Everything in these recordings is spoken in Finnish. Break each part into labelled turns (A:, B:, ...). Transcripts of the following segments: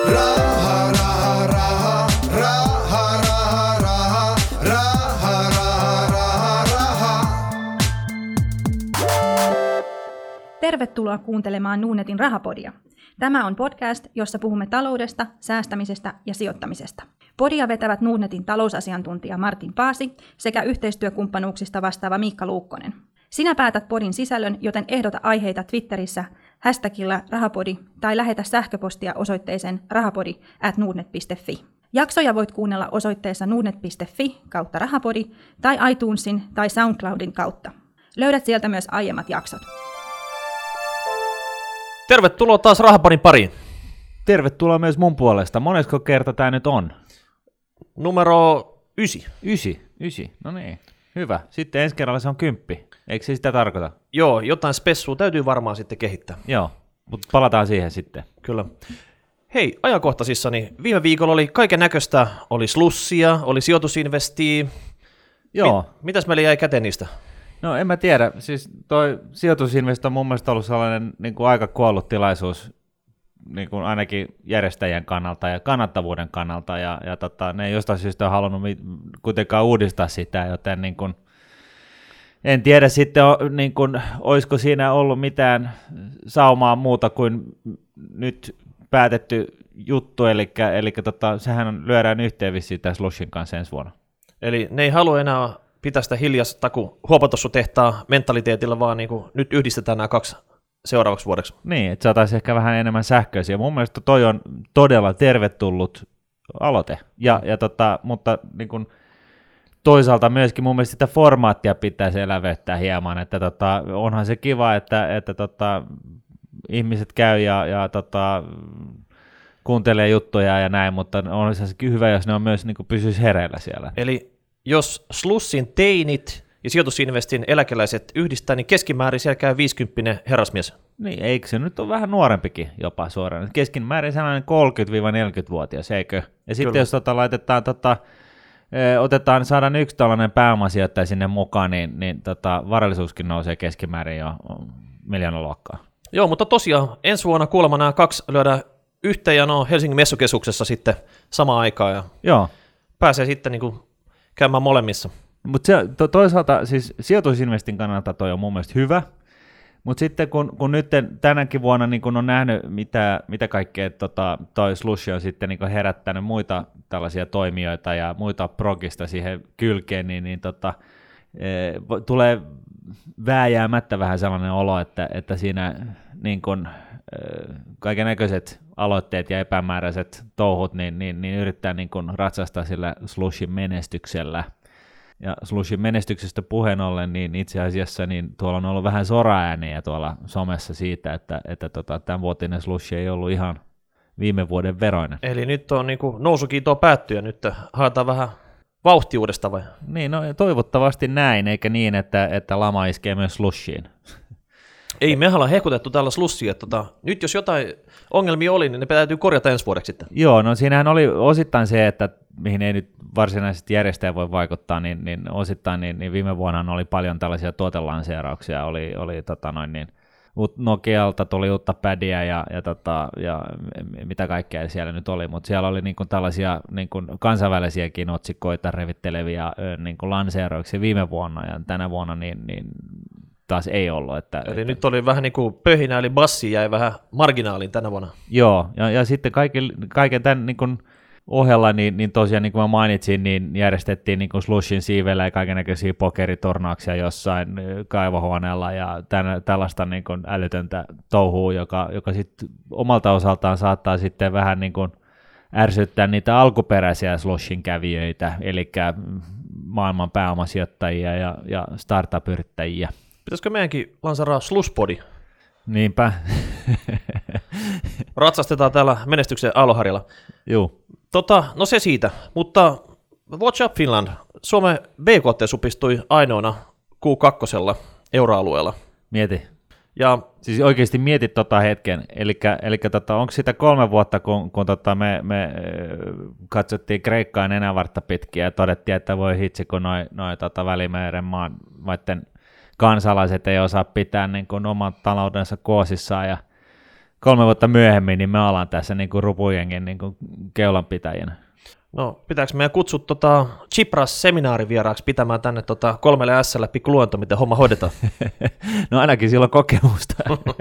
A: Raha, raha, raha, raha, raha, raha, raha, raha, raha.
B: Tervetuloa kuuntelemaan Nuunetin Rahapodia. Tämä on podcast, jossa puhumme taloudesta, säästämisestä ja sijoittamisesta. Podia vetävät Nuunetin talousasiantuntija Martin Paasi sekä yhteistyökumppanuuksista vastaava Miikka Luukkonen. Sinä päätät podin sisällön, joten ehdota aiheita Twitterissä hashtagilla rahapodi tai lähetä sähköpostia osoitteeseen rahapodi@nuudnet.fi. Jaksoja voit kuunnella osoitteessa nuudnet.fi/rahapodi tai iTunesin tai SoundCloudin kautta. Löydät sieltä myös aiemmat jaksot.
C: Tervetuloa taas Rahapodin pariin.
D: Tervetuloa myös mun puolesta. Monesko kerta tää nyt on?
C: Numero 9.
D: 9. No niin, hyvä. Sitten ensi kerralla se on 10. Eikö se sitä tarkoita?
C: Joo, jotain spessua täytyy varmaan sitten kehittää.
D: Joo, mutta palataan siihen sitten.
C: Kyllä. Hei, ajankohtaisissani viime viikolla oli kaiken näköistä. Oli slussia, oli sijoitusinvestiä.
D: Joo.
C: Mitäs meille jäi käteen niistä?
D: No en mä tiedä. Siis toi sijoitusinvesti on mun mielestä ollut sellainen niin kuin aika kuollut tilaisuus niin kuin ainakin järjestäjien kannalta ja kannattavuuden kannalta. Ja ne ei jostain syystä ole halunnut kuitenkaan uudistaa sitä, joten niin kuin, en tiedä sitten, niin kuin, olisiko siinä ollut mitään saumaa muuta kuin nyt päätetty juttu, eli sehän lyödään yhteen vissiin tässä Slushin kanssa ensi vuonna.
C: Eli ne ei halua enää pitää sitä hiljasta kuin huopatossu tehtaa mentaliteetilla, vaan niin kuin nyt yhdistetään nämä kaksi seuraavaksi vuodeksi.
D: Niin, että saataisiin ehkä vähän enemmän sähköisiä. Mun mielestä toi on todella tervetullut aloite, mutta niin kuin toisaalta myöskin mun mielestä sitä formaattia pitäisi elävöittää hieman, että onhan se kiva, että ihmiset käy ja kuuntelee juttuja ja näin, mutta on se hyvä, jos ne on myös niin kuin pysyisi hereillä siellä.
C: Eli jos Slussin teinit ja sijoitusinvestin eläkeläiset yhdistää, niin keskimäärin siellä käy 50 herrasmies.
D: Niin, eikö se nyt ole vähän nuorempikin jopa suoraan? Keskimäärin sellainen 30-40-vuotias, eikö? Ja sitten
C: Kyllä.
D: jos saadaan yksi tällainen pääomasijoittaja sinne mukaan, niin varallisuuskin nousee keskimäärin jo miljoonaluokkaa.
C: Joo, mutta tosiaan ensi vuonna kuulemma nämä kaksi lyödään yhteen ja no Helsingin messukeskuksessa sitten samaan aikaan ja
D: Joo.
C: pääsee sitten niin kuin käymään molemmissa.
D: Mutta toisaalta siis sijoitusinvestin kannalta toi on mun mielestä hyvä, mutta sitten kun nyt tänäkin vuonna niin kun on nähnyt, mitä kaikkea toi Slush on sitten niin herättänyt muita tällaisia toimijoita ja muita progista siihen kylkeen, niin tulee vääjäämättä vähän sellainen olo, että siinä niin kun, kaikennäköiset aloitteet ja epämääräiset touhut niin yrittää niin kun ratsastaa sillä Slushin menestyksellä. Ja Slushin menestyksestä puheen ollen, niin itse asiassa niin tuolla on ollut vähän soraääniä tuolla somessa siitä, että tämänvuotinen Slush ei ollut ihan viime vuoden veroinen.
C: Eli nyt on niin kuin nousukiitoa päätty ja nyt haetaan vähän vauhtiudesta vai?
D: Niin, no toivottavasti näin, eikä niin, että lama iskee myös Slushiin.
C: Ei, me ollaan hekutettu tällä Slussia, että nyt jos jotain ongelmia oli, niin ne täytyy korjata ensi vuodeksi sitten.
D: Joo, no siinähän oli osittain se, että mihin ei nyt varsinaisesti järjestäjä voi vaikuttaa, niin osittain niin viime vuonna oli paljon tällaisia tuotelanseerauksia, oli Nokialta tuli uutta pädiä ja mitä kaikkea siellä nyt oli, mutta siellä oli niin kuin tällaisia niin kuin kansainvälisiäkin otsikoita revitteleviä niin kuin lanseerauksia viime vuonna ja tänä vuonna niin taas ei ollut.
C: Eli nyt oli vähän niin kuin pöhinä, eli bassi jäi vähän marginaaliin tänä vuonna.
D: Joo, ja sitten kaiken tämän niin kuin ohella, niin tosiaan niin kuin mä mainitsin, niin järjestettiin niin kuin Slushin siivellä ja kaikennäköisiä pokeritornauksia jossain kaivohuoneella ja tällaista niin kuin älytöntä touhua, joka sitten omalta osaltaan saattaa sitten vähän niin kuin ärsyttää niitä alkuperäisiä Slushin kävijöitä, eli maailman pääomasijoittajia ja startup-yrittäjiä.
C: Pitäisikö meidänkin lanseraa Slushpodi?
D: Niinpä.
C: Ratsastetaan täällä menestyksen aaloharjalla.
D: Joo.
C: No se siitä, mutta Watch Up Finland, Suomen BKT supistui ainoana Q2 euroalueella.
D: Mieti.
C: Ja
D: siis oikeasti mietit hetken, eli onko sitä 3 vuotta, kun me katsottiin Kreikkaa nenävartta pitkin ja todettiin, että voi hitsi, kun noi Välimeren maiden kansalaiset ei osaa pitää niin kuin oman taloudensa koosissaan ja 3 vuotta myöhemmin, niin me ollaan tässä niin kuin rupujengin niin kuin keulanpitäjänä.
C: No, pitääkö meidän kutsua Tsipras-seminaarivieraaksi pitämään tänne 3 S:llä pikku luento, miten homma hoidetaan?
D: No ainakin sillä on kokemusta.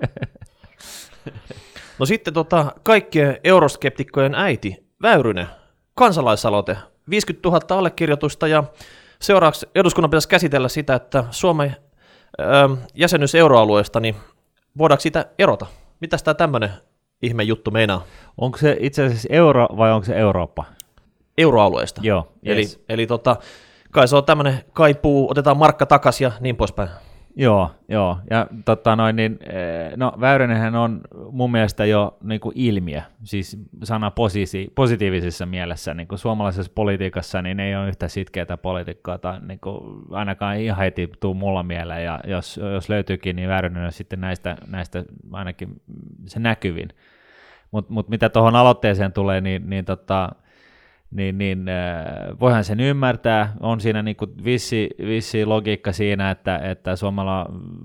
C: No sitten kaikkien euroskeptikkojen äiti, Väyrynen, kansalaisaloite, 50 000 allekirjoitusta, ja seuraavaksi eduskunnan pitäisi käsitellä sitä, että Suomen jäsenyys euroalueesta, niin voidaanko siitä erota? Mitäs tämä tämmöinen ihme juttu meinaa?
D: Onko se itse asiassa euro vai onko se Eurooppa?
C: Euroalueesta.
D: Joo, yes.
C: Eli kai se on tämmöinen kaipuu, otetaan markka takaisin ja niin poispäin.
D: Joo, ja Väyrynenhän on mun mielestä jo niin kuin ilmiö, siis sana positiivisessa mielessä, niin kuin suomalaisessa politiikassa, niin ei ole yhtä sitkeätä poliitikkoa, tai niin kuin ainakaan ihan heti tuu mulla mieleen, ja jos löytyykin, niin Väyrynen on sitten näistä ainakin se näkyvin. Mut mitä tuohon aloitteeseen tulee, niin voihan sen ymmärtää, on siinä niin kuin vissi logiikka siinä, että Suomella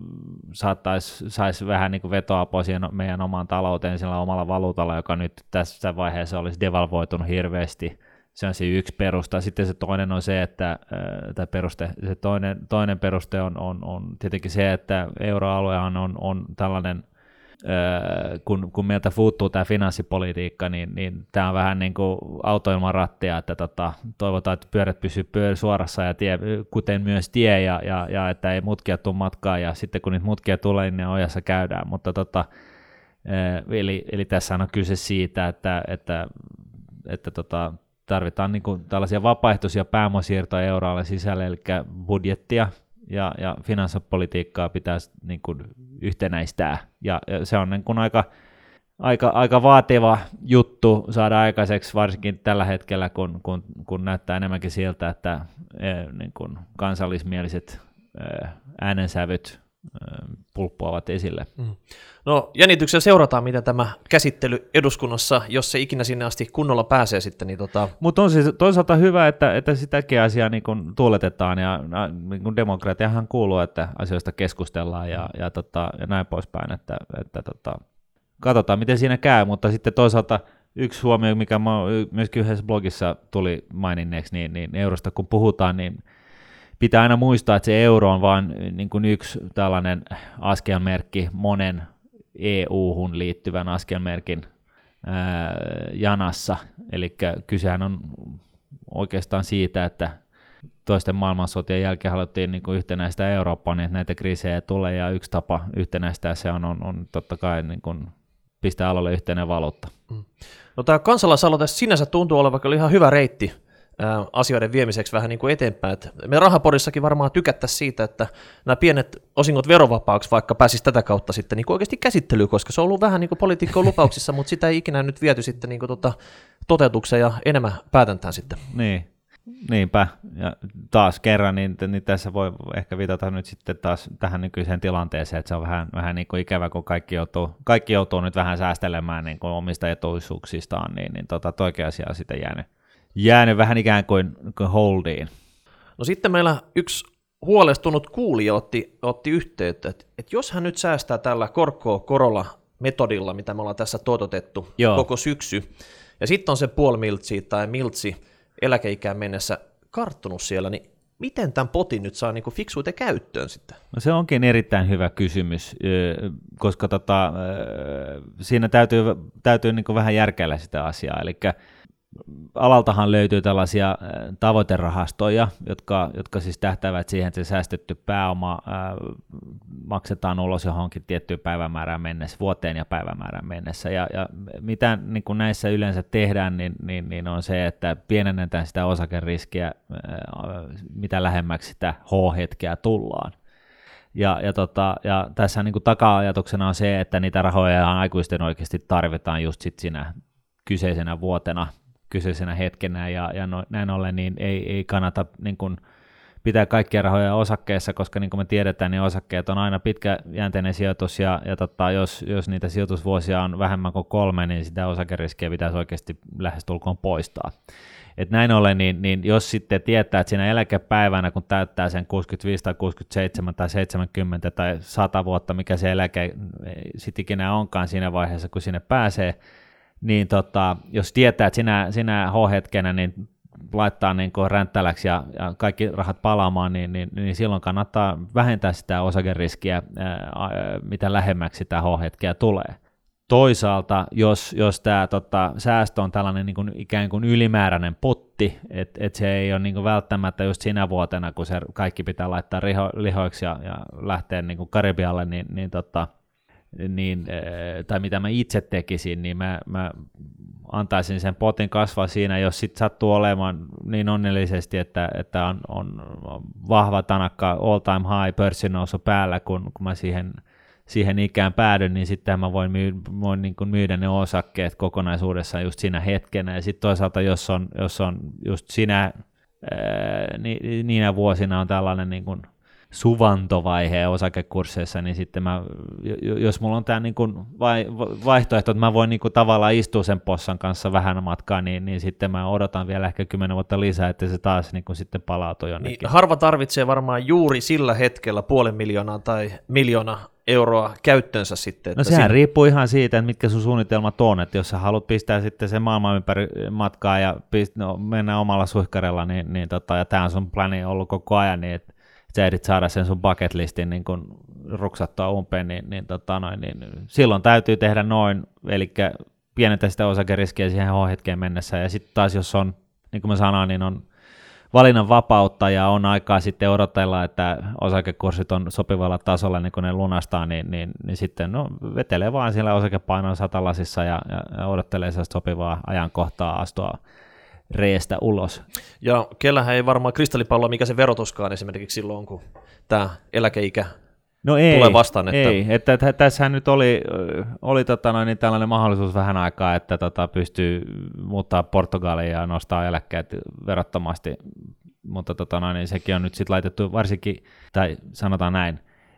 D: saisi vähän niin kuin vetoapua siihen meidän omaan talouteen sillä omalla valuutalla, joka nyt tässä vaiheessa olisi devalvoitunut hirveästi. Se on se yksi perusta. Sitten se toinen on se, että toinen peruste on tietenkin se, että euroaluehan on tällainen, kun meiltä puuttuu tämä finanssipolitiikka, niin tämä on vähän niin kuin auto ilman rattia, että toivotaan, että pyörät pysyy suorassa ja kuten myös tie, ja että ei mutkia tule matkaan, ja sitten kun niitä mutkia tulee, niin ne ojassa käydään, mutta eli tässä on kyse siitä, että tarvitaan niin kuin tällaisia vapaaehtoisia pääomasiirtoja euroalueen sisälle, eli budjettia, ja finanssipolitiikkaa pitäisi niin kuin yhtenäistää, ja se on niin kuin aika vaativa juttu saada aikaiseksi, varsinkin tällä hetkellä, kun näyttää enemmänkin siltä, että niin kuin kansallismieliset äänensävyt pulppuavat esille.
C: No jännityksellä seurataan, miten tämä käsittely eduskunnassa, jos se ikinä sinne asti kunnolla pääsee sitten. Niin
D: Mutta on siis toisaalta hyvä, että sitäkin asiaa niin kun tuuletetaan, ja niin kun demokratiahan kuuluu, että asioista keskustellaan ja näin poispäin, että katsotaan miten siinä käy, mutta sitten toisaalta yksi huomio, mikä myöskin yhdessä blogissa tuli maininneeksi, niin eurosta kun puhutaan, niin pitää aina muistaa, että se euro on vain niin kuin yksi tällainen askelmerkki monen EU-hun liittyvän askelmerkin janassa. Eli kysehän on oikeastaan siitä, että toisten maailmansotien jälkeen haluttiin niin kuin yhtenäistä Eurooppaa, niin että näitä kriisejä tulee, ja yksi tapa yhtenäistää se on totta kai niin kuin pistää alalle yhteinen valuutta.
C: No tämä kansalaisaloite sinänsä tuntuu olevan kyllä ihan hyvä reitti asioiden viemiseksi vähän niin kuin eteenpäin. Me Rahapodissakin varmaan tykättäisiin siitä, että nämä pienet osingot verovapaaksi vaikka pääsisi tätä kautta sitten niin kuin oikeasti käsittelyyn, koska se on ollut vähän niin kuin poliitikkojen lupauksissa, mutta sitä ei ikinä nyt viety sitten niin kuin toteutukseen ja enemmän päätäntään sitten.
D: Niinpä, ja taas kerran, niin tässä voi ehkä viitata nyt sitten taas tähän nykyiseen tilanteeseen, että se on vähän niin kuin ikävä, kun kaikki joutuu nyt vähän säästelemään niin kuin omista etuisuuksistaan, niin toikin asia on sitten jäänyt vähän ikään kuin holdiin.
C: No sitten meillä yksi huolestunut kuulija otti yhteyttä, että jos hän nyt säästää tällä korko-korolla-metodilla, mitä me ollaan tässä tototettu koko syksy, ja sitten on se puoli miltsiä tai miltsi eläkeikään mennessä karttunut siellä, niin miten tämän potin nyt saa niin kuin fiksuita käyttöön sitten?
D: No se onkin erittäin hyvä kysymys, koska siinä täytyy niin kuin vähän järkeillä sitä asiaa, eli alaltahan löytyy tällaisia tavoiterahastoja, jotka siis tähtäävät siihen, että se säästetty pääoma maksetaan ulos johonkin tiettyyn päivämäärään mennessä, vuoteen ja päivämäärään mennessä. Ja mitä niin kuin näissä yleensä tehdään, niin on se, että pienennetään sitä osakeriskiä, mitä lähemmäksi sitä H-hetkeä tullaan. Ja tässä niin kuin taka-ajatuksena on se, että niitä rahoja aikuisten oikeasti tarvitaan just sit siinä kyseisenä vuotena, kyseisenä hetkenä, ja näin ollen niin ei kannata niin kuin pitää kaikkia rahoja osakkeessa, koska niin kuin me tiedetään, niin osakkeet on aina pitkäjänteinen sijoitus, ja jos niitä sijoitusvuosia on vähemmän kuin 3, niin sitä osakeriskiä pitäisi oikeasti lähestulkoon poistaa. Et näin ollen, niin jos sitten tietää, että siinä eläkepäivänä, kun täyttää sen 65 tai 67 tai 70 tai 100 vuotta, mikä se eläke sitten ikinä onkaan siinä vaiheessa, kun sinne pääsee, niin jos tietää, että sinä H-hetkenä niin laittaa niin ränttäläksi ja kaikki rahat palaamaan, niin silloin kannattaa vähentää sitä osakeriskiä, mitä lähemmäksi sitä H-hetkeä tulee. Toisaalta, jos tämä säästö on tällainen niin kuin ikään kuin ylimääräinen potti, että se ei ole niin kuin välttämättä just sinä vuotena, kun se kaikki pitää laittaa lihoiksi ja lähteä niin kuin Karibialle, tai mitä mä itse tekisin, niin mä antaisin sen potin kasvaa siinä, jos sitten sattuu olemaan niin onnellisesti, että on vahva tanakka all time high pörssin nousu päällä, kun mä siihen ikään päädyn, niin sitten mä voin niin kuin myydä ne osakkeet kokonaisuudessaan just siinä hetkenä, ja sitten toisaalta jos on just niinä vuosina on tällainen niin kuin suvantovaihe osakekursseissa, niin sitten jos mulla on tämä niin kuin vaihtoehto, että mä voin niin kuin tavallaan istua sen possan kanssa vähän matkaa, niin sitten mä odotan vielä ehkä 10 vuotta lisää, että se taas niin kuin sitten palautuu jonnekin.
C: Niin, harva tarvitsee varmaan juuri sillä hetkellä 500 000 tai 1 000 000 euroa käyttöönsä sitten.
D: No sehän riippuu ihan siitä, että mitkä sun suunnitelmat on, että jos sä haluat pistää sitten sen maailman ympäri matkaa ja mennä omalla suihkarella, ja tämä on sun plani ollut koko ajan, niin että sä ehdit saada sen sun bucket listin niin kun ruksattua umpeen, niin silloin täytyy tehdä noin, eli pienentää sitä osakeriskiä siihen H-hetkeen mennessä, ja sitten taas jos on, niin kuin mä sanoin, niin on valinnan vapautta ja on aikaa sitten odotella, että osakekurssit on sopivalla tasolla, niin kun ne lunastaa, niin sitten vetelee vaan siellä osakepainon satalasissa ja odottelee sellaista sopivaa ajankohtaa astua reestä ulos.
C: Ja kellähän ei varmaan kristallipalloa, mikä se verotuskaan esimerkiksi silloin, kun tämä eläkeikä tulee vastaan.
D: Että tässähän nyt oli tällainen mahdollisuus vähän aikaa, että pystyy muuttaa Portugaliin ja nostaa eläkkeet verottomasti, mutta niin sekin on nyt sitten laitettu varsinkin, tai sanotaan näin,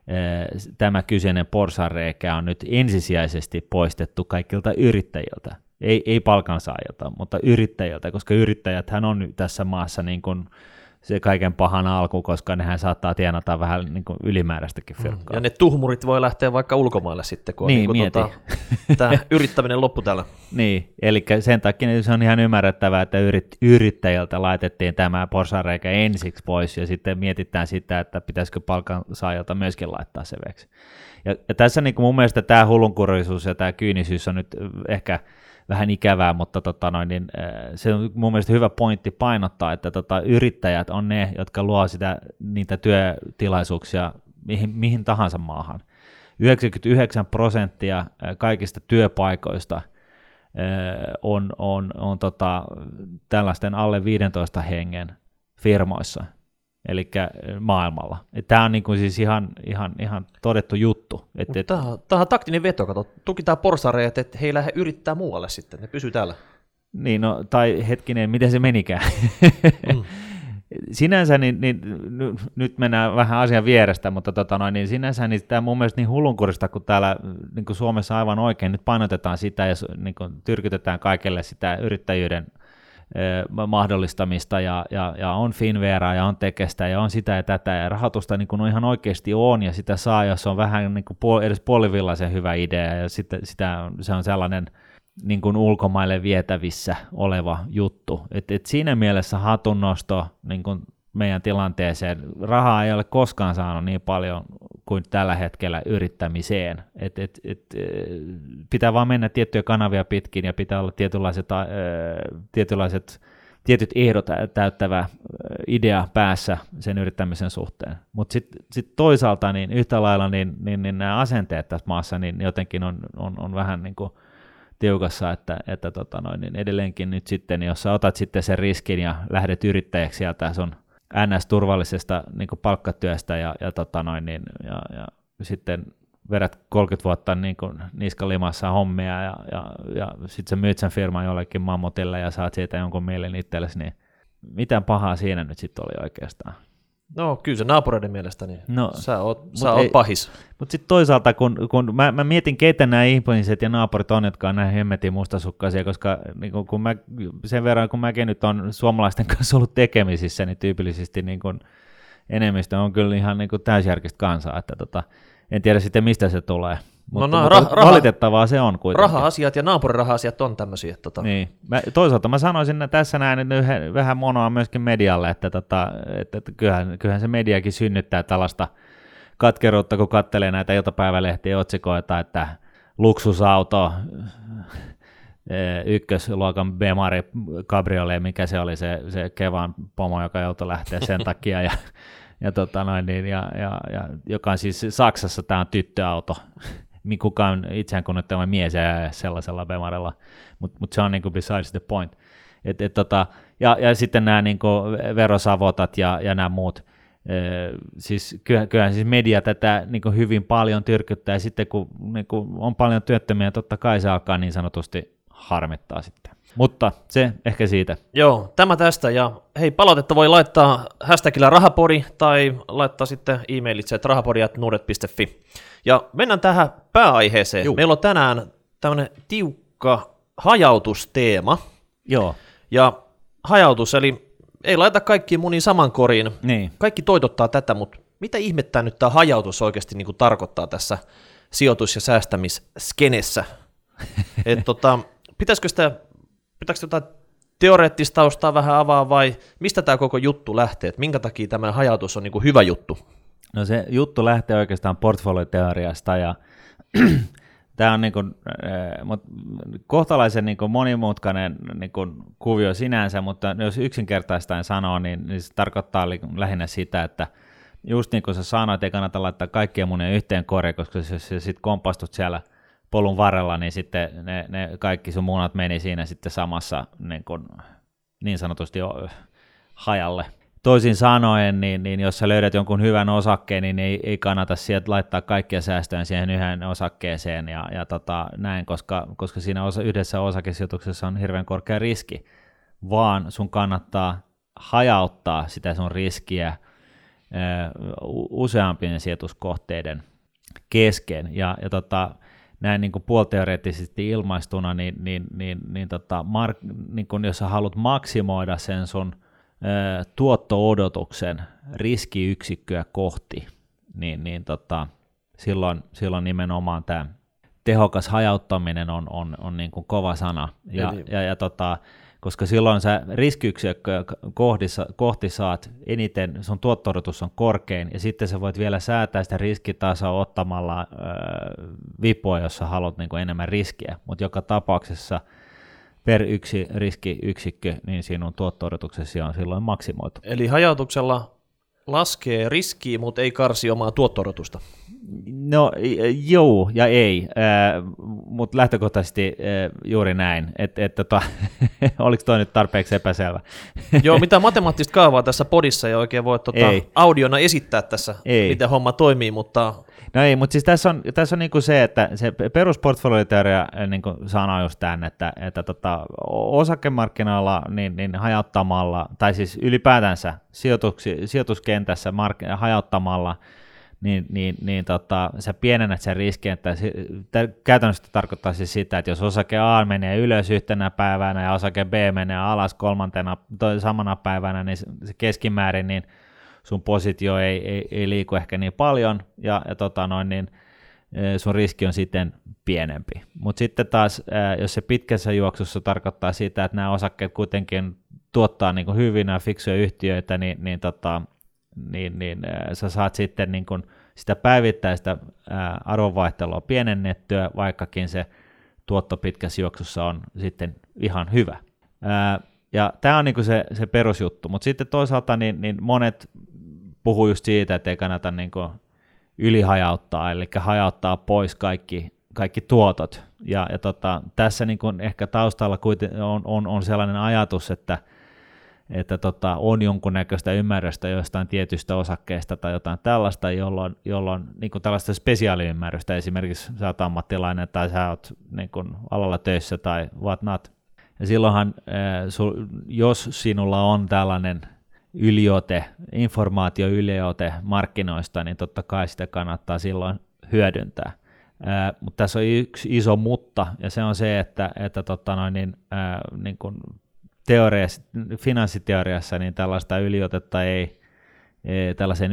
D: tämä kyseinen porsaanreikä on nyt ensisijaisesti poistettu kaikilta yrittäjiltä. Ei palkansaajilta, mutta yrittäjiltä, koska yrittäjäthän on tässä maassa niin kuin se kaiken pahan alku, koska nehän saattaa tienata vähän niin kuin ylimääräistäkin fyrkkaa.
C: Ja ne tuhmurit voi lähteä vaikka ulkomaille sitten, kun on tämä yrittäminen loppu täällä.
D: Niin, eli sen takia se on ihan ymmärrettävää, että yrittäjiltä laitettiin tämä porsaanreikä ensiksi pois, ja sitten mietitään sitä, että pitäisikö palkansaajilta myöskin laittaa se veksi. Ja tässä niin kuin mun mielestä tämä hullunkurisuus ja tämä kyynisyys on nyt ehkä vähän ikävää, mutta se on mun mielestä hyvä pointti painottaa, että yrittäjät on ne, jotka luo niitä työtilaisuuksia mihin tahansa maahan. 99% kaikista työpaikoista on tällaisten alle 15 hengen firmoissa, eli maailmalla. Tämä on niin kuin siis ihan todettu juttu.
C: Tämä on taktinen veto, kato. Tukitaan porsareet, että he ei lähde yrittää muualle sitten, ne pysyy täällä.
D: Niin, tai hetkinen, miten se menikään? Sinänsä, nyt mennään vähän asian vierestä, mutta sinänsä niin tämä on mun mielestä niin hullunkurista, kun täällä niin kuin Suomessa aivan oikein nyt painotetaan sitä ja niin kuin tyrkytetään kaikille sitä yrittäjyyden mahdollistamista ja on Finveraa ja on Tekestä ja on sitä ja tätä ja rahoitusta niin kuin ihan oikeasti on ja sitä saa, jos on vähän niin kuin edes puolivillaisen hyvä idea ja sitten se on sellainen niin kuin ulkomaille vietävissä oleva juttu. Et siinä mielessä hatunnosto niin kuin meidän tilanteeseen. Rahaa ei ole koskaan saanut niin paljon kuin tällä hetkellä yrittämiseen. Pitää vaan mennä tiettyjä kanavia pitkin ja pitää olla tietyt ehdot täyttävä idea päässä sen yrittämisen suhteen. Mutta sitten toisaalta niin yhtä lailla niin nämä asenteet tässä maassa niin jotenkin on vähän niin kuin tiukassa, että niin edelleenkin nyt sitten, jos sä otat sitten sen riskin ja lähdet yrittäjäksi sieltä sun NS-turvallisesta niin kuin palkkatyöstä ja sitten vedät 30 vuotta niin kuin niskalimassa hommia ja sitten sä myyt sen firman jollekin mammutille ja saat siitä jonkun mielin itsellesi, niin mitään pahaa siinä nyt sitten oli oikeastaan.
C: No kyllä se naapureiden mielestä, niin
D: No,
C: sä oot pahis.
D: Mutta sitten toisaalta, kun mä mietin, keitä nämä ihmiset ja naapurit on, jotka on näin hemmetin mustasukkaisia, koska niin sen verran, kun mäkin nyt on suomalaisten kanssa ollut tekemisissä, niin tyypillisesti niin kun enemmistö on kyllä ihan niin täysjärkistä kansaa, että en tiedä sitten mistä se tulee. Mutta valitettavaa se on kuitenkin.
C: Raha-asiat ja naapuriraha-asiat on tämmöisiä.
D: Niin. Toisaalta mä sanoisin tässä näin nyt vähän monoa myöskin medialle, että kyllähän se mediakin synnyttää tällaista katkeruutta, kun katselee näitä iltapäivälehtien otsikoita, että luksusauto, ykkösluokan Bemari Cabriolet, mikä se oli se Kevan pomo, joka joutui lähteä sen takia, ja joka on siis Saksassa tämä on tyttöauto, kukaan itseään kunnoittava mies ja sellaisella Bemarilla, mutta se on niinku besides the point. Ja sitten nämä niinku verosavotat ja nämä muut, siis kyllähän siis media tätä niinku hyvin paljon tyrkyttää, ja sitten kun niinku on paljon työttömiä, totta kai se alkaa niin sanotusti harmittaa sitten. Mutta se ehkä siitä.
C: Joo, tämä tästä. Ja hei, palautetta voi laittaa hashtagillä rahapori tai laittaa sitten e-mailitse, että rahapori@nuudet.fi. Ja mennään tähän pääaiheeseen. Meillä on tänään tämmöinen tiukka hajautusteema.
D: Joo.
C: Ja hajautus, eli ei laita kaikkiin muniin saman koriin.
D: Niin.
C: Kaikki toitottaa tätä, mutta mitä ihmettä nyt tämä hajautus oikeasti niin kuin tarkoittaa tässä sijoitus- ja säästämisskenessä? Pitäisikö jotain teoreettista taustaa vähän avaa vai mistä tämä koko juttu lähtee? Että minkä takia tämä hajautus on niin kuin hyvä juttu?
D: No se juttu lähtee oikeastaan portfolioteoriasta ja tämä on niin kuin, kohtalaisen niin kuin monimutkainen niin kuin kuvio sinänsä, mutta jos yksinkertaistaen sanoo, niin se tarkoittaa lähinnä sitä, että just niin kuin sä sanoit, ei kannata laittaa kaikkia munia yhteen koriin, koska jos sä sitten kompastut siellä polun varrella, niin sitten ne kaikki sun munat meni siinä sitten samassa niin sanotusti hajalle. Toisin sanoen, niin jos sä löydät jonkun hyvän osakkeen, niin ei kannata sieltä laittaa kaikkia säästöjä siihen yhden osakkeeseen ja näin, koska siinä yhdessä osakesijoituksessa on hirveän korkea riski, vaan sun kannattaa hajauttaa sitä sun riskiä useampien sijoituskohteiden kesken. Näin niin kuin puolteoreettisesti ilmaistuna, niin jos sä haluat maksimoida sen sun tuotto-odotuksen riskiyksikköä kohti, silloin nimenomaan tämä tehokas hajauttaminen on niin kuin kova sana. Koska silloin sä riskiyksikköä kohti saat eniten, sun tuotto-odotus on korkein, ja sitten sä voit vielä säätää sitä riskitasoa ottamalla vipua, jos sä haluat niin kuin enemmän riskiä, mutta joka tapauksessa per yksi riskiyksikkö, niin sinun tuotto-odotuksesi on silloin maksimoitu.
C: Eli hajautuksella laskee riskiä, mutta ei karsi omaa tuotto-odotusta.
D: No joo ja ei, mutta lähtökohtaisesti juuri näin. Oliko toi nyt tarpeeksi epäselvä?
C: Joo, mitä matemaattista kaavaa tässä podissa ei oikein voi audiona esittää tässä, miten homma toimii, mutta...
D: No ei, mutta siis tässä on niinku se, että se perusportfolioteoria niinku sanoo just tämän, että osakemarkkinoilla niin hajauttamalla, tai siis ylipäätänsä sijoituskentässä hajauttamalla, niin sä pienennät sen riskin, että käytännössä tarkoittaa siis sitä, että jos osake A menee ylös yhtenä päivänä ja osake B menee alas samana päivänä, niin se keskimäärin niin sun positio ei liiku ehkä niin paljon ja sun riski on sitten pienempi. Mutta sitten taas, jos se pitkässä juoksussa tarkoittaa sitä, että nämä osakkeet kuitenkin tuottaa niin kuin hyvin nämä fiksuja yhtiöitä, niin sä saat sitten niin kuin sitä päivittäistä arvonvaihtelua pienennettyä, vaikkakin se tuotto pitkässä juoksussa on sitten ihan hyvä. Ja tämä on niin kuin se perusjuttu, mutta sitten toisaalta niin monet puhuu just siitä, että ei kannata niin kuin ylihajauttaa, eli hajauttaa pois kaikki tuotot. Ja tässä niin kuin ehkä taustalla on sellainen ajatus, että on jonkunnäköistä ymmärrystä jostain tietystä osakkeesta tai jotain tällaista, jolloin niin kuin tällaista spesiaaliymmärrystä, esimerkiksi sä oot ammattilainen tai sä oot niin kuin alalla töissä tai what not. Ja silloinhan, jos sinulla on tällainen yliote, informaatioyliote markkinoista, niin totta kai sitä kannattaa silloin hyödyntää. Mutta tässä on yksi iso mutta, ja se on se, että niin kuin finanssiteoriassa niin tällaista yliotetta ei tällaisen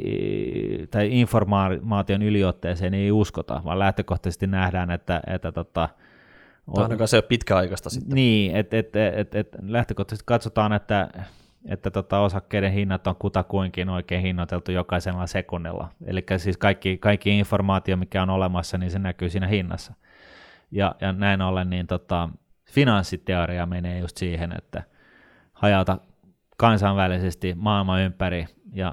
D: tai informaation yliotteeseen ei uskota, vaan lähtökohtaisesti nähdään, että
C: ainakaan se ei ole pitkäaikaista sitten. Niin,
D: että lähtökohtaisesti katsotaan, että osakkeiden hinnat on kutakuinkin oikein hinnoiteltu jokaisella sekunnilla. Eli siis kaikki informaatio, mikä on olemassa, niin se näkyy siinä hinnassa. Ja näin ollen niin finanssiteoria menee just siihen, että hajauta kansainvälisesti maailman ympäri ja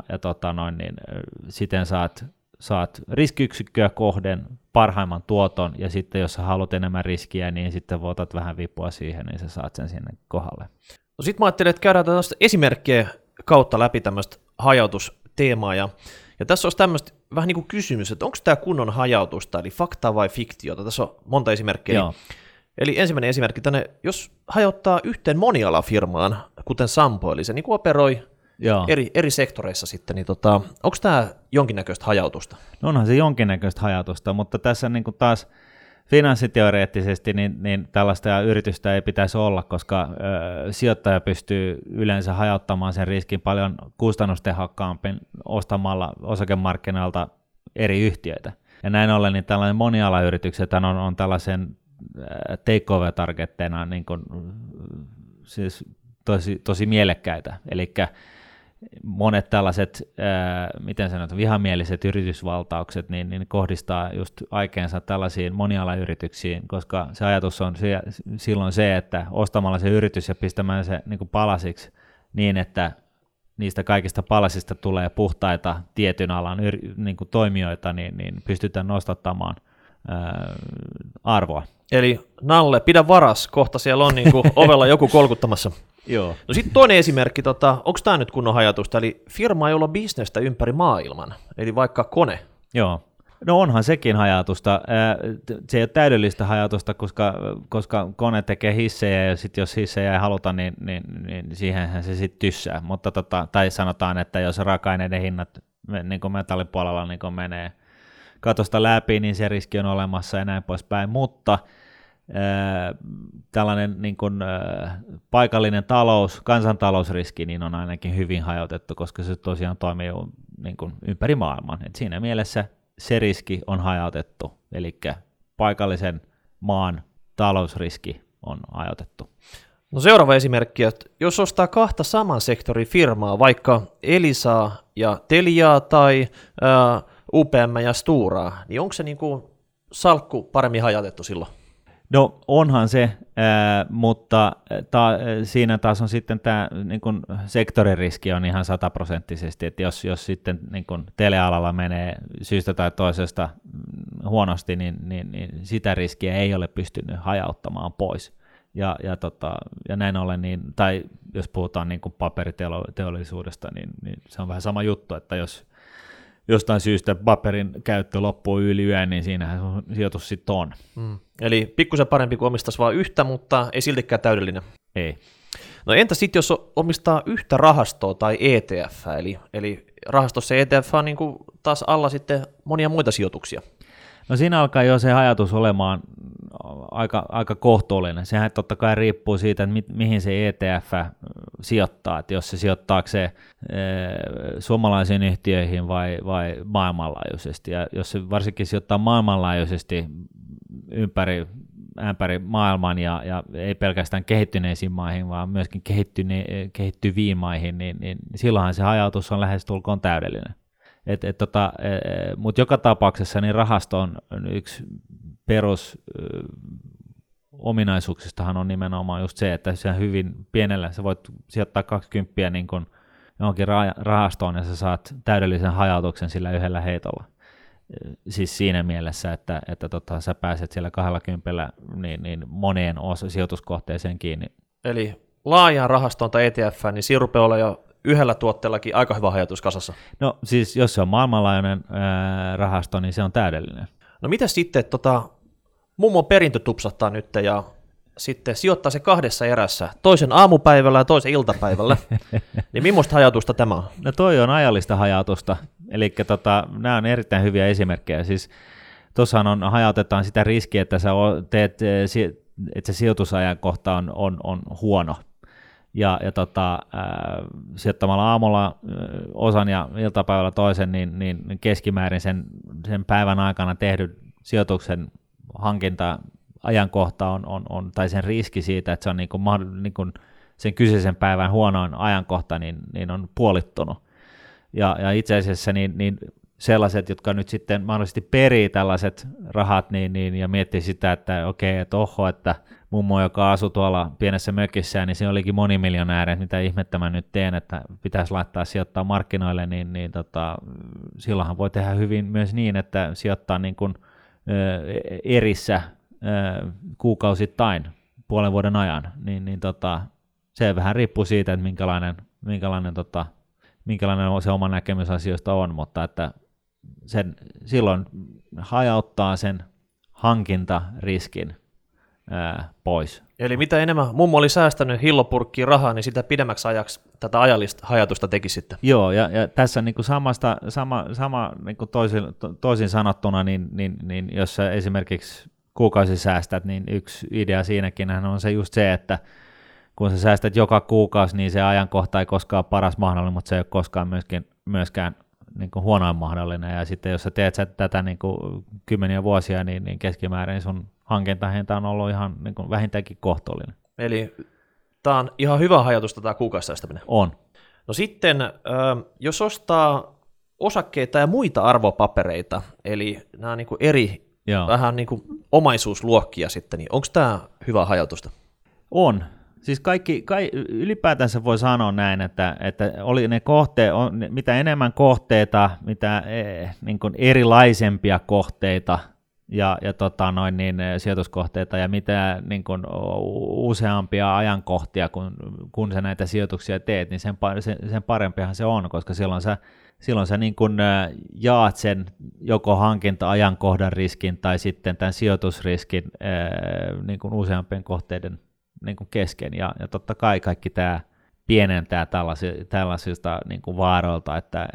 D: siten saat riskiyksikköä kohden parhaimman tuoton, ja sitten jos sä haluat enemmän riskiä, niin sitten voitat vähän vipua siihen, niin sä saat sen sinne kohdalle.
C: No sitten mä ajattelin, että käydään tällaista esimerkkejä kautta läpi tämmöistä hajautusteemaa, ja tässä olisi tämmöistä vähän niin kuin kysymys, että onko tämä kunnon hajautusta, eli faktaa vai fiktiota? Tässä on monta esimerkkiä.
D: Joo.
C: Eli ensimmäinen esimerkki tänne, jos hajauttaa yhteen monialafirmaan, kuten Sampo, eli se niin kuin operoi eri sektoreissa sitten, niin onko tämä jonkinnäköistä hajautusta?
D: No onhan se jonkinnäköistä hajautusta, mutta tässä niin kuin taas finanssiteoreettisesti niin tällaista yritystä ei pitäisi olla, koska sijoittaja pystyy yleensä hajauttamaan sen riskin paljon kustannustehokkaammin ostamalla osakemarkkinoilta eri yhtiöitä. Ja näin ollen niin tällainen monialayritykset on tällaisen takeover-targetteina niin kuin, siis tosi mielekkäitä. Eli monet tällaiset, miten sanotaan, vihamieliset yritysvaltaukset, niin kohdistaa just aikeensa tällaisiin monialayrityksiin, koska se ajatus on silloin se, että ostamalla se yritys ja pistämään se niin kuin palasiksi niin, että niistä kaikista palasista tulee puhtaita tietyn alan niin kuin toimijoita, niin pystytään nostattamaan arvoa.
C: Eli Nalle, pidä varas, kohta siellä on niin kuin ovella joku kolkuttamassa.
D: Joo.
C: No sitten toinen esimerkki, onko tämä nyt kunnon hajautusta, eli firma, jolla on bisnestä ympäri maailman, eli vaikka kone.
D: Joo, no onhan sekin hajautusta. Se ei ole täydellistä hajautusta, koska kone tekee hissejä, ja sitten jos hissejä ei haluta, niin siihenhän se sitten tyssää. Mutta tai sanotaan, että jos raaka-aineiden hinnat niin kuin metallipuolella niin kuin menee katosta läpi, niin se riski on olemassa ja näin poispäin, mutta tällainen niin kuin, paikallinen talous, kansantalousriski, niin on ainakin hyvin hajautettu, koska se tosiaan toimii niin kuin ympäri maailman. Et siinä mielessä se riski on hajautettu, eli paikallisen maan talousriski on hajautettu.
C: No seuraava esimerkki, että jos ostaa kahta saman sektorin firmaa, vaikka Elisaa ja Teliaa tai UPM ja Storaa, niin onko se niin kuin salkku paremmin hajautettu silloin?
D: No onhan se, mutta siinä taas on sitten tämä niin kun sektoririski on ihan 100%, että jos sitten niin kun telealalla menee syystä tai toisesta huonosti, niin sitä riskiä ei ole pystynyt hajauttamaan pois. Ja näin ollen, tai jos puhutaan niin kun paperiteollisuudesta, niin se on vähän sama juttu, että jos jostain syystä paperin käyttö loppuu yli yön, niin siinähän sijoitus sitten on.
C: Eli pikkusen parempi kuin omistaisi vain yhtä, mutta ei siltikään täydellinen.
D: Ei.
C: No entä sitten, jos omistaa yhtä rahastoa tai ETF, eli rahastossa ETF on niin kuin taas alla sitten monia muita sijoituksia?
D: No siinä alkaa jo se ajatus olemaan aika kohtuullinen. Sehän totta kai riippuu siitä, että mihin se ETF sijoittaa, että jos se sijoittaako se suomalaisiin yhtiöihin vai maailmanlaajuisesti. Ja jos se varsinkin sijoittaa maailmanlaajuisesti ympäri maailman ja ei pelkästään kehittyneisiin maihin, vaan myöskin kehittyviin maihin, niin silloinhan se hajautus on lähestulkoon täydellinen. Mutta joka tapauksessa niin rahaston yksi perus ominaisuuksistahan on nimenomaan just se, että se hyvin pienellä, sä voit sijoittaa 20 niin kun johonkin rahastoon ja sä saat täydellisen hajautuksen sillä yhdellä heitolla. Siis siinä mielessä, että sä pääset siellä 20 niin moneen sijoituskohteeseen kiinni.
C: Eli laajaan rahastoon tai ETF, niin siinä rupeaa olla jo yhdellä tuotteellakin aika hyvä hajautus kasassa.
D: No siis jos se on maailmanlaajuinen rahasto, niin se on täydellinen.
C: No mitä sitten, mummon perintö tupsahtaa nyt ja sitten sijoittaa se 2 erässä, toisen aamupäivällä ja toisen iltapäivällä, niin millaista hajautusta tämä on?
D: No toi on ajallista hajautusta, eli nämä on erittäin hyviä esimerkkejä. Siis tuossahan hajautetaan sitä riskiä, että sä teet, että se sijoitusajankohta on huono. Ja sijoittamalla aamulla osan ja iltapäivällä toisen, niin keskimäärin sen päivän aikana tehdyn sijoituksen hankinta-ajankohta on, tai sen riski siitä, että se on niin kuin sen kyseisen päivän huonoin ajankohta, niin on puolittunut. Ja itse asiassa niin sellaiset, jotka nyt sitten mahdollisesti perii tällaiset rahat, ja miettii sitä, että okei, että että mummo, joka asui tuolla pienessä mökissä, niin se olikin monimiljonääri, että mitä ihmettä mä nyt teen, että pitäisi laittaa sijoittaa markkinoille, niin silloinhan voi tehdä hyvin myös niin, että sijoittaa niin kuin erissä kuukausittain puolen vuoden ajan, niin se vähän riippuu siitä, että minkälainen se oma näkemys asioista on, mutta että silloin hajauttaa sen hankintariskin pois.
C: Eli mitä enemmän mummo oli säästänyt hillopurkkiin rahaa, niin sitä pidemmäksi ajaksi tätä ajallista hajautusta teki sitten.
D: Joo, ja tässä niin kuin sama niin kuin toisin sanottuna, niin jos sä esimerkiksi kuukausi säästät, niin yksi idea siinäkin on se just se, että kun sä säästät joka kuukausi, niin se ajankohta ei koskaan ole paras mahdollinen, mutta se ei ole koskaan myöskään niin kuin huonoin mahdollinen. Ja sitten jos sä teet tätä niin kuin kymmeniä vuosia, niin keskimäärin sun hankintahinta on ollut ihan niin kuin vähintäänkin kohtuullinen.
C: Eli tämä on ihan hyvä hajautusta tämä kuukausisäästäminen.
D: On.
C: No sitten, jos ostaa osakkeita ja muita arvopapereita, eli nämä niin kuin eri vähän niin kuin omaisuusluokkia sitten, niin onko tämä hyvä hajautusta?
D: On. Siis ylipäätänsä voi sanoa näin, että oli ne mitä enemmän kohteita, mitä niin kuin erilaisempia kohteita ja sijoituskohteita ja mitä niin kuin useampia ajankohtia, kun sä näitä sijoituksia teet, niin sen parempihan se on, koska silloin sä niin kuin jaat sen joko hankinta-ajankohdan riskin tai sitten tämän sijoitusriskin niin kuin useampien kohteiden niin kuin kesken, ja totta kai kaikki tämä pienentää tällaisista niin kuin vaaroilta, että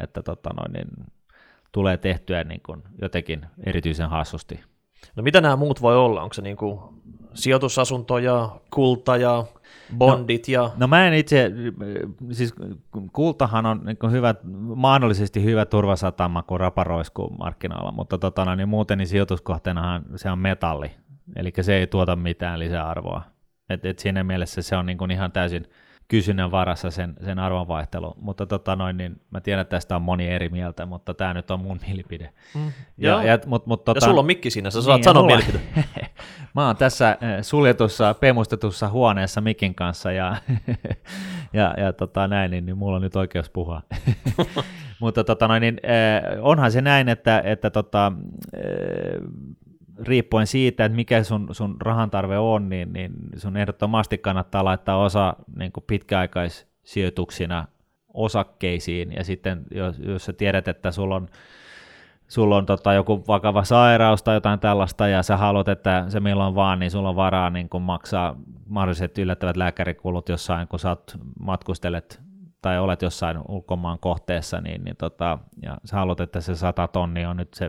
D: tulee tehtyä niin kuin jotenkin erityisen hassusti.
C: No mitä nämä muut voi olla? Onko se niin kuin sijoitusasunto ja kulta ja bondit
D: No mä en itse, siis kultahan on niin kuin mahdollisesti hyvä turvasatama, kun raparoiskuu markkinoilla, mutta niin muuten niin sijoituskohteenahan se on metalli, eli se ei tuota mitään lisäarvoa. Et siinä mielessä se on niin kuin ihan täysin kysynnän varassa sen arvonvaihtelu, mutta niin mä tiedän, että tästä on moni eri mieltä, mutta tämä nyt on mun mielipide.
C: Ja sulla on mikki siinä, sä saat sanoa mielipide.
D: Mä oon tässä suljetussa, pemustetussa huoneessa mikin kanssa ja näin, niin mulla on nyt oikeus puhua. Mutta onhan se näin, että riippuen siitä, että mikä sun rahan tarve on, niin sun ehdottomasti kannattaa laittaa osa niin kuin pitkäaikaissijoituksina osakkeisiin, ja sitten jos sä tiedät, että sulla on joku vakava sairaus tai jotain tällaista, ja sä haluat, että se milloin vaan, niin sulla on varaa niin kuin maksaa mahdolliset yllättävät lääkärikulut jossain, kun sä matkustelet tai olet jossain ulkomaan kohteessa, ja sä haluat, että se 100 tonnia on nyt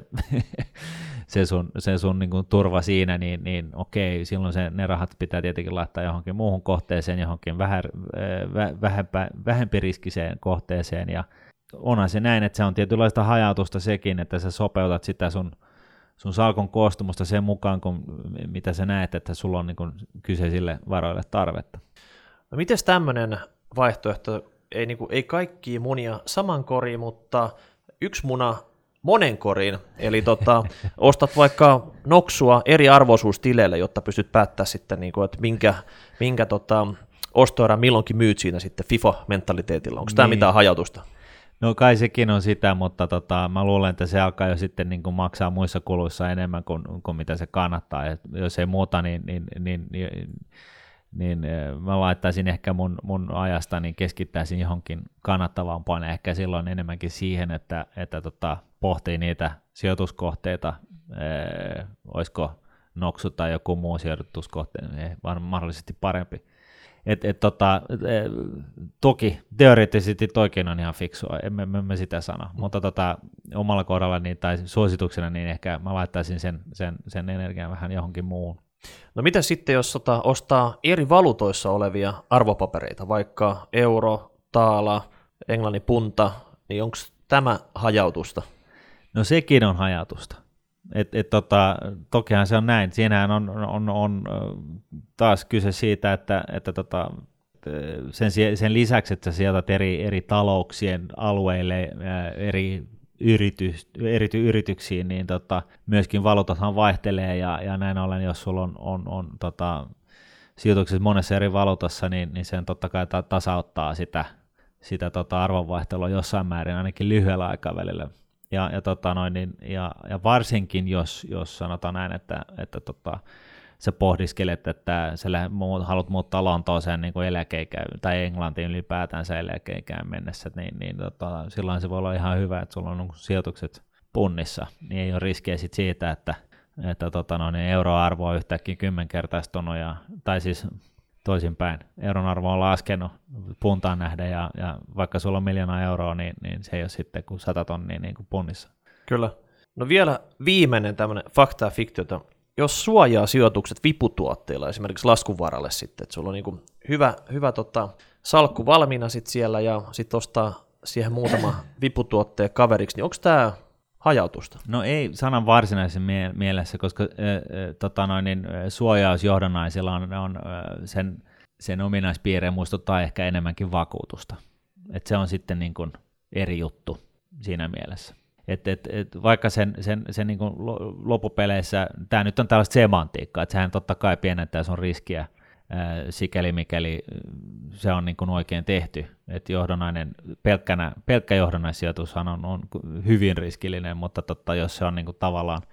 D: se sun niin kuin turva siinä, niin okei, silloin ne rahat pitää tietenkin laittaa johonkin muuhun kohteeseen, johonkin vähempi riskiseen kohteeseen, ja onhan se näin, että se on tietynlaista hajautusta sekin, että sä sopeutat sitä sun salkun koostumusta sen mukaan, mitä sä näet, että sulla on niin kuin kyseisille varoille tarvetta.
C: No mites tämmöinen vaihtoehto, ei kaikkia munia saman koriin, mutta yksi muna monen koriin, eli ostat vaikka noksua eri arvoisuustileille, jotta pystyt päättämään sitten, että minkä ostoerän milloinkin myyt siinä sitten FIFO-mentaliteetilla. Onko tämä mitään hajautusta?
D: No kai sekin on sitä, mutta mä luulen, että se alkaa jo sitten niin kuin maksaa muissa kuluissa enemmän kuin mitä se kannattaa. Et jos ei muuta, niin mä laittaisin ehkä mun ajasta, niin keskittäisin johonkin kannattavampaan, ehkä silloin enemmänkin siihen, että pohtii niitä sijoituskohteita, olisiko Noksu tai joku muu sijoituskohteen, vaan mahdollisesti parempi. Toki teoreettisesti toikin on ihan fiksua, emme sitä sano, mutta omalla kohdalla tai suosituksena niin ehkä mä laittaisin sen energian vähän johonkin muuhun.
C: No mitä sitten, jos ostaa eri valuutoissa olevia arvopapereita, vaikka euro, taala, englannin punta, niin onko tämä hajautusta?
D: No sekin on hajautusta. Tokihan se on näin. Siinähän on taas kyse siitä, että sen lisäksi, että sä sijoitat eri talouksien alueille, eri yrityksiin, niin myöskin valuutathan vaihtelee, ja näin ollen, jos sulla on sijoitukset monessa eri valuutassa, niin sen totta kai tasauttaa sitä arvonvaihtelua jossain määrin, ainakin lyhyellä aikavälillä. Ja varsinkin, jos sanotaan näin, että sä pohdiskelet, että sä haluat muuttaa Lontooseen niin kuin eläkeikään, tai Englantiin ylipäätään eläkeikään mennessä, niin silloin se voi olla ihan hyvä, että sulla on sijoitukset punnissa, niin ei ole riskiä sit siitä, että euroarvo on yhtäkkiä 10-kertaistunut, tai siis toisinpäin, euron arvo on laskenut puntaan nähden, ja vaikka sulla on 1 000 000 euroa, niin se ei ole sitten kuin 100 tonnia niin kuin punnissa. Kyllä.
C: No vielä viimeinen tämmöinen fakta ja fiktiota. Jos suojaa sijoitukset viputuotteilla, esimerkiksi laskuvaralle sitten, että sulla on niin kuin hyvä salkku valmiina sit siellä, ja sitten ostaa siihen muutama viputuotteen kaveriksi, niin onko tämä hajautusta?
D: No ei sanan varsinaisen mielessä, koska suojausjohdannaisilla on sen ominaispiirre muistuttaa ehkä enemmänkin vakuutusta. Et se on sitten niin kuin eri juttu siinä mielessä. Vaikka sen niin kuin loppupeleissä, tämä nyt on tällaista semantiikkaa, että sehän totta kai pienentää sun riskiä sikäli mikäli se on niin kuin oikein tehty, että pelkkä johdannaissijoitushan on hyvin riskillinen, mutta jos se on niin kuin tavallaan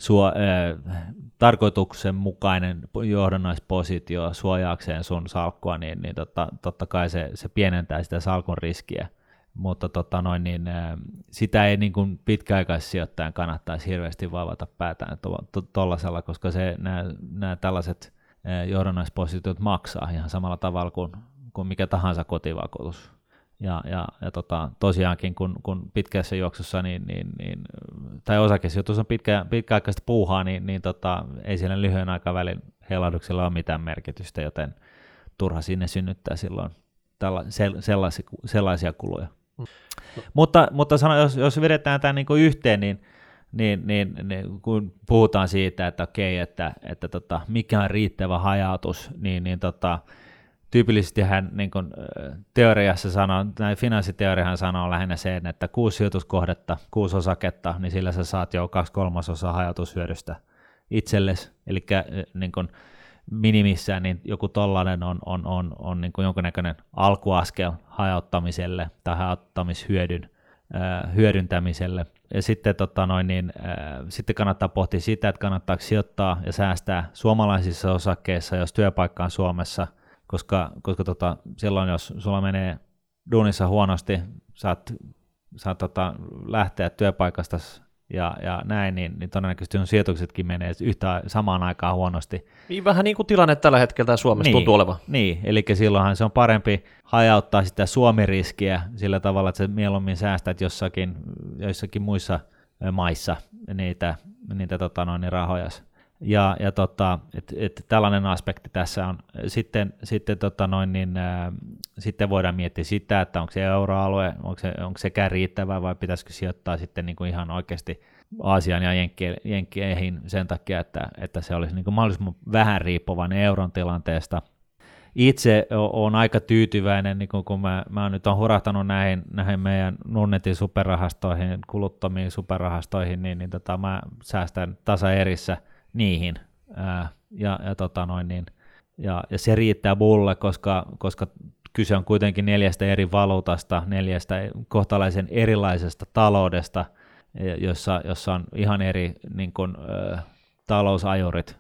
D: tarkoituksenmukainen johdannaispositio suojaakseen sun salkkua, niin totta kai se pienentää sitä salkun riskiä, mutta sitä ei niin kuin pitkäaikaissijoittajan kannattaisi hirveästi vaivata päätään tuollaisella, koska nämä tällaiset johdannaispositiot maksaa ihan samalla tavalla kuin mikä tahansa kotivakuutus. Ja tosiaankin, kun pitkässä juoksussa, tai osakesijoitus on pitkäaikaista puuhaa, niin ei siellä lyhyen aikavälin heilahduksella ole mitään merkitystä, joten turha sinne synnyttää silloin sellaisia kuluja. Mutta jos vedetään tämä niin kuin yhteen, niin kun puhutaan siitä, että okei, että mikä on riittävä hajautus, niin tyypillisesti hän niin kuin teoriassa sanoo, finanssiteoriahan sanoo lähinnä sen, että 6 sijoituskohdetta, 6 osaketta, niin sillä sä saat jo 2/3 hajautushyödystä itsellesi, eli niin kuin minimissään niin joku tollainen on niin kuin jonkinnäköinen alkuaskel hajauttamiselle tai hajauttamishyödyn hyödyntämiselle. Ja sitten, sitten kannattaa pohtia sitä, että kannattaako sijoittaa ja säästää suomalaisissa osakkeissa, jos työpaikka on Suomessa, koska silloin, jos sulla menee duunissa huonosti, saat lähteä työpaikasta ja näin, niin todennäköisesti on sijoituksetkin menee yhtä samaan aikaan huonosti.
C: Niin vähän niin kuin tilanne tällä hetkellä Suomessa tuntuu olevan.
D: Niin, eli silloinhan se on parempi hajauttaa sitä Suomi-riskiä sillä tavalla, että sä mieluummin säästät joissakin muissa maissa niitä rahoja. Että tällainen aspekti tässä on. Sitten voidaan miettiä sitä, että onko se euroalue, onko sekään riittävää vai pitäisikö sijoittaa sitten niin kuin ihan oikeasti Aasian ja Jenkkeihin sen takia, että se olisi niin kuin mahdollisimman vähän riippuvainen euron tilanteesta. Itse olen aika tyytyväinen, niin kun mä nyt olen hurahtanut näihin meidän Nordnetin superrahastoihin, kuluttomiin superrahastoihin, niin mä säästän tasaerissä niihin, ja se riittää mulle, koska kyse on kuitenkin 4 eri valuutasta, 4 kohtalaisen erilaisesta taloudesta, jossa on ihan eri niin kuin, talousajurit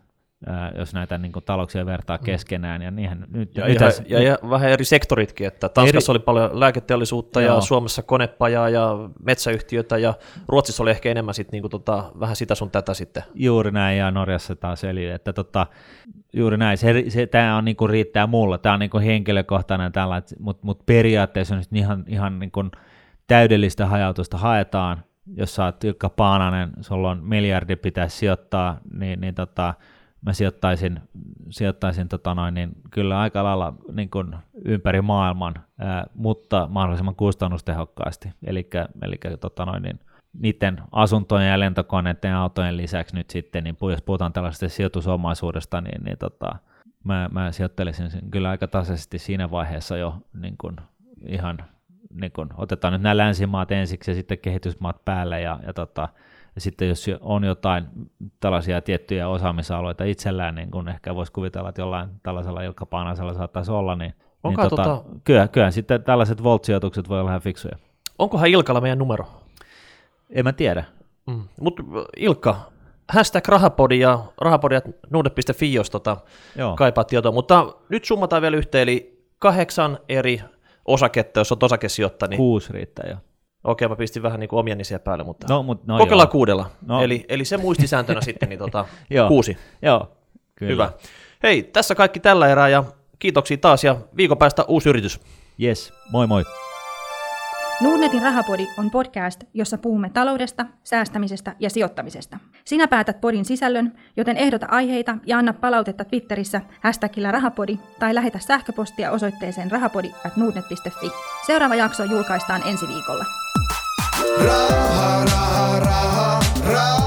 D: jos näitä niin kuin talouksia vertaa keskenään. Ja,
C: ja vähän eri sektoritkin, että Tanskassa oli paljon lääketeollisuutta ja Suomessa konepajaa ja metsäyhtiötä ja Ruotsissa oli ehkä enemmän sit, niin kuin, vähän sitä sun tätä sitten.
D: Juuri näin, ja Norjassa taas eli, että juuri näin, tämä on, niin kuin riittää mulle, tämä on niin kuin henkilökohtainen tällä, mutta periaatteessa on ihan niin kuin täydellistä hajautusta haetaan. Jos sä oot Ilkka Paananen, sulla on miljardi pitäisi sijoittaa, niin mä sijoittaisin niin kyllä aika lailla niin kuin ympäri maailman, mutta mahdollisimman kustannustehokkaasti. Eli niin niiden asuntojen ja lentokoneiden ja autojen lisäksi nyt sitten, niin jos puhutaan tällaisesta sijoitusomaisuudesta, niin mä sijoittelisin sen kyllä aika tasaisesti siinä vaiheessa jo niin kuin ihan niin kun otetaan nyt nämä länsimaat ensiksi ja sitten kehitysmaat päälle ja sitten jos on jotain tällaisia tiettyjä osaamisalueita itsellään, niin kun ehkä voisi kuvitella, että jollain tällaisella Ilkka Paanasella saattaisi olla, niin kyllä sitten tällaiset Volt-sijoitukset voi olla ihan fiksuja.
C: Onkohan Ilkalla meidän numero?
D: En mä tiedä.
C: Mutta Ilkka, #rahapodi ja rahapodi@nordnet.fi, jos kaipaa tietoa, mutta nyt summataan vielä yhteen, eli 8 eri osaketta, jos on osakesijoittaja. Niin
D: 6 riittää jo.
C: Okei, mä pistin vähän niin kuin omia nisiä päälle, mutta
D: joo.
C: kokeillaan 6. No. Eli se muistisääntönä sitten, niin 6.
D: Joo, kyllä.
C: Hyvä. Hei, tässä kaikki tällä erää ja kiitoksia taas ja viikon päästä uusi yritys.
D: Yes, moi moi.
B: Nordnetin Rahapodi on podcast, jossa puhumme taloudesta, säästämisestä ja sijoittamisesta. Sinä päätät podin sisällön, joten ehdota aiheita ja anna palautetta Twitterissä #rahapodi tai lähetä sähköpostia osoitteeseen rahapodi@nordnet.fi. Seuraava jakso julkaistaan ensi viikolla.
A: Raha, raha, raha, raha.